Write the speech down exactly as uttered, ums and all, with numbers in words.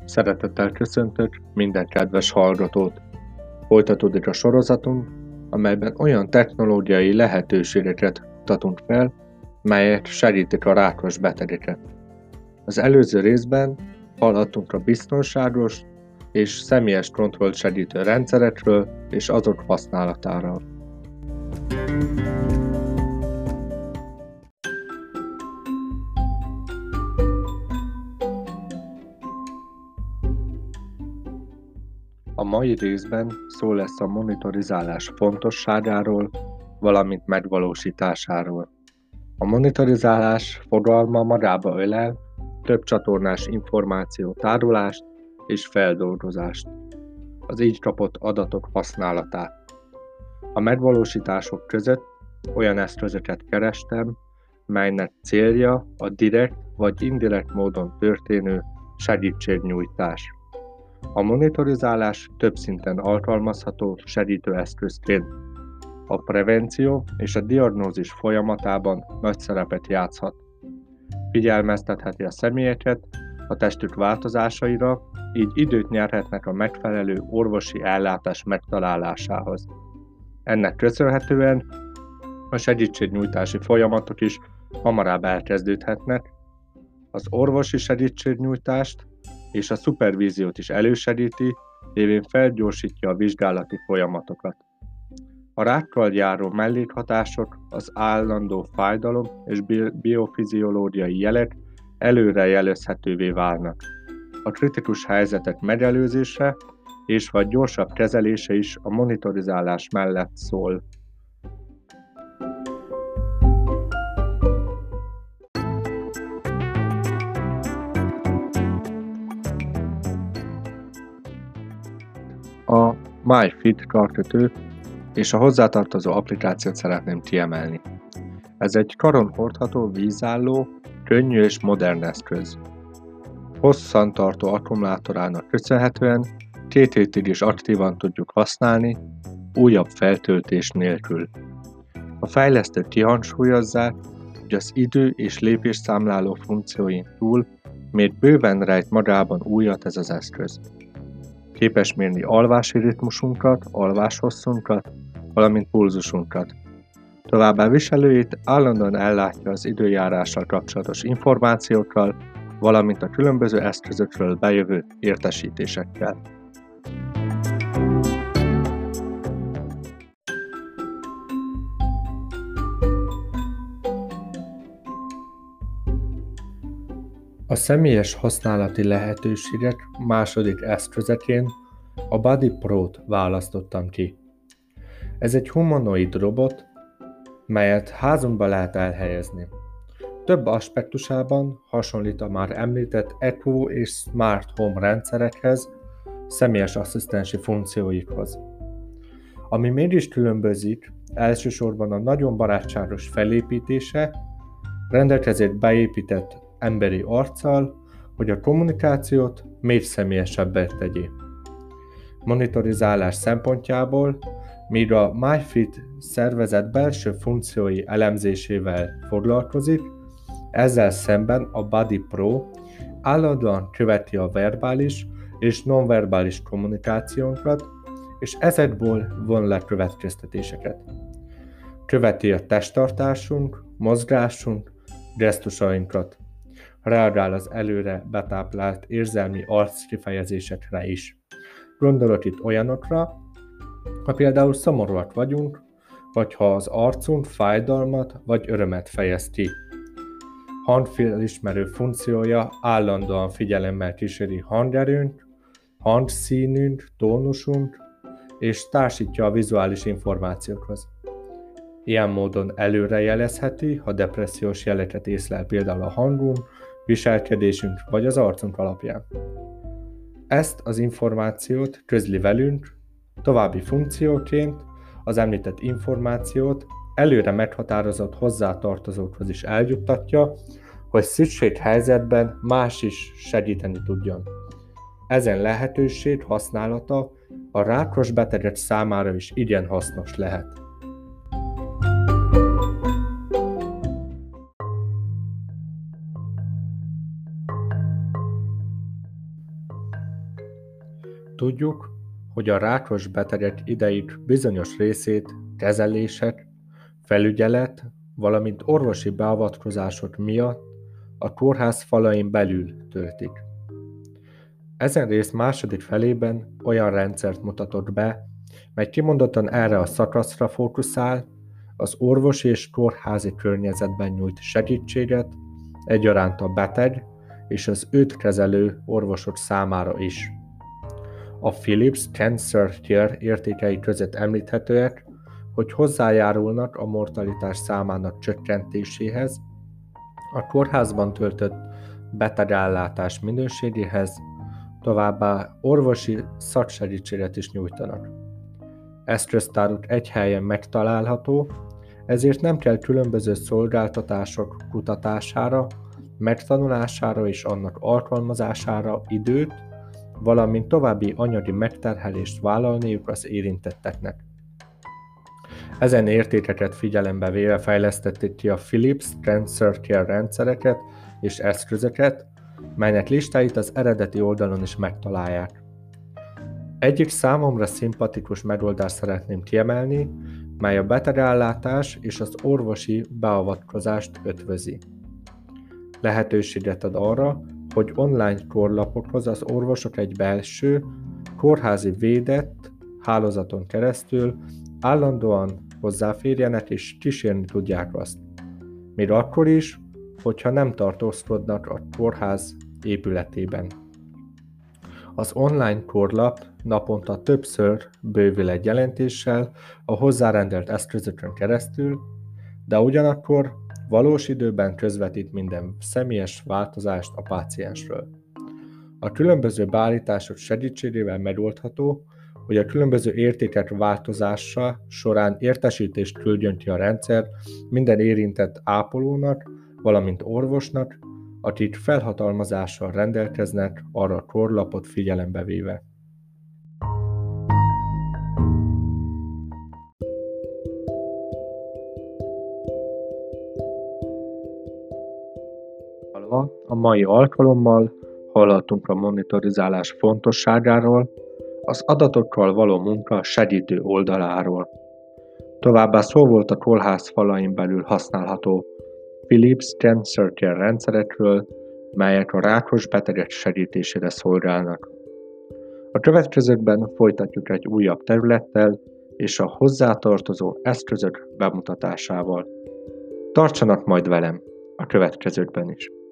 Szeretettel köszöntök minden kedves hallgatót! Folytatódik a sorozatunk, amelyben olyan technológiai lehetőségeket mutatunk fel, melyek segítik a rákos betegeket. Az előző részben hallhattunk a biztonságos és személyes kontrollt segítő rendszerekről és azok használatáról. A mai részben szó lesz a monitorizálás fontosságáról, valamint megvalósításáról. A monitorizálás fogalma magába ölel több csatornás információ tárolást és feldolgozást, az így kapott adatok használatát. A megvalósítások között olyan eszközöket kerestem, melynek célja a direkt vagy indirekt módon történő segítségnyújtás. A monitorizálás több szinten alkalmazható segítőeszközként. A prevenció és a diagnózis folyamatában nagy szerepet játszhat. Figyelmeztetheti a személyeket a testük változásaira, így időt nyerhetnek a megfelelő orvosi ellátás megtalálásához. Ennek köszönhetően a segítségnyújtási folyamatok is hamarabb elkezdődhetnek. Az orvosi segítségnyújtást és a szupervíziót is elősegíti, lévén felgyorsítja a vizsgálati folyamatokat. A rákkal járó mellékhatások, az állandó fájdalom és biofiziológiai jelek előrejelezhetővé válnak. A kritikus helyzetek megelőzése és vagy gyorsabb kezelése is a monitorizálás mellett szól. A MyFit karkötő és a hozzátartozó applikációt szeretném kiemelni. Ez egy karon hordható, vízálló, könnyű és modern eszköz. Hosszantartó akkumulátorának köszönhetően két hétig is aktívan tudjuk használni, újabb feltöltés nélkül. A fejlesztők kihangsúlyozzák, hogy az idő- és lépésszámláló funkcióin túl még bőven rejt magában újat ez az eszköz. Képes mérni alvási ritmusunkat, alváshosszunkat, valamint pulzusunkat. Továbbá viselőjét állandóan ellátja az időjárással kapcsolatos információkkal, valamint a különböző eszközökről bejövő értesítésekkel. A személyes használati lehetőségek második eszközeként a Body Pro-t választottam ki. Ez egy humanoid robot, melyet házunkba lehet elhelyezni. Több aspektusában hasonlít a már említett Echo és Smart Home rendszerekhez, személyes asszisztensi funkcióikhoz. Ami mégis különbözik, elsősorban a nagyon barátságos felépítése, rendelkezik beépített emberi arccal, hogy a kommunikációt még személyesebbé tegyé. Monitorizálás szempontjából, míg a MyFit szervezet belső funkciói elemzésével foglalkozik, ezzel szemben a Body Pro állandóan követi a verbális és nonverbális kommunikációnkat, és ezekből von le következtetéseket. Követi a testtartásunk, mozgásunk, gesztusainkat. Reagál az előre betáplált érzelmi arckifejezésekre is. Gondolok itt olyanokra, ha például szomorúak vagyunk, vagy ha az arcunk fájdalmat vagy örömet fejez ki. Hangfelismerő funkciója állandóan figyelemmel kíséri hangerőnk, hangszínünk, tónusunk, és társítja a vizuális információkhoz. Ilyen módon előrejelezheti, ha depressziós jeleket észlel például a hangunk, viselkedésünk vagy az arcunk alapján. Ezt az információt közli velünk, további funkcióként az említett információt előre meghatározott hozzátartozókhoz is eljuttatja, hogy szükséghelyzetben más is segíteni tudjon. Ezen lehetőség használata a rákos betegek számára is igen hasznos lehet. tudjuk, hogy a rákos betegek ideig bizonyos részét kezelések, felügyelet, valamint orvosi beavatkozások miatt a kórház falain belül töltik. Ezen rész második felében olyan rendszert mutatott be, mely kimondottan erre a szakaszra fókuszál, az orvosi és kórházi környezetben nyújt segítséget, egyaránt a beteg és az őt kezelő orvosok számára is. A Philips Cancer Care értékei között említhetőek, hogy hozzájárulnak a mortalitás számának csökkentéséhez, a kórházban töltött betegellátás minőségéhez, továbbá orvosi szaksegítséget is nyújtanak. Eszköztáruk egy helyen megtalálható, ezért nem kell különböző szolgáltatások kutatására, megtanulására és annak alkalmazására időt, valamint további anyagi megterhelést vállalniuk az érintetteknek. Ezen értékeket figyelembe véve fejlesztették ki a Philips Cancer Care rendszereket és eszközöket, melynek listáit az eredeti oldalon is megtalálják. Egyik számomra szimpatikus megoldást szeretném kiemelni, mely a betegellátás és az orvosi beavatkozást ötvözi. Lehetőséget ad arra, hogy online kórlapokhoz az orvosok egy belső, kórházi védett hálózaton keresztül állandóan hozzáférjenek és kísérni tudják azt. Még akkor is, hogyha nem tartózkodnak a kórház épületében. Az online kórlap naponta többször bővül egy jelentéssel a hozzárendelt eszközökön keresztül, de ugyanakkor valós időben közvetít minden személyes változást a páciensről. A különböző beállítások segítségével megoldható, hogy a különböző értékek változása során értesítést küldjön ki a rendszer minden érintett ápolónak, valamint orvosnak, akik felhatalmazással rendelkeznek arra a kórlapot figyelembe véve. A mai alkalommal hallottunk a monitorizálás fontosságáról, az adatokkal való munka segítő oldaláról. Továbbá szó volt a kórház falain belül használható Philips Cancer Care rendszerekről, melyek a rákos betegek segítésére szolgálnak. A következőkben folytatjuk egy újabb területtel és a hozzátartozó eszközök bemutatásával. Tartsanak majd velem a következőkben is!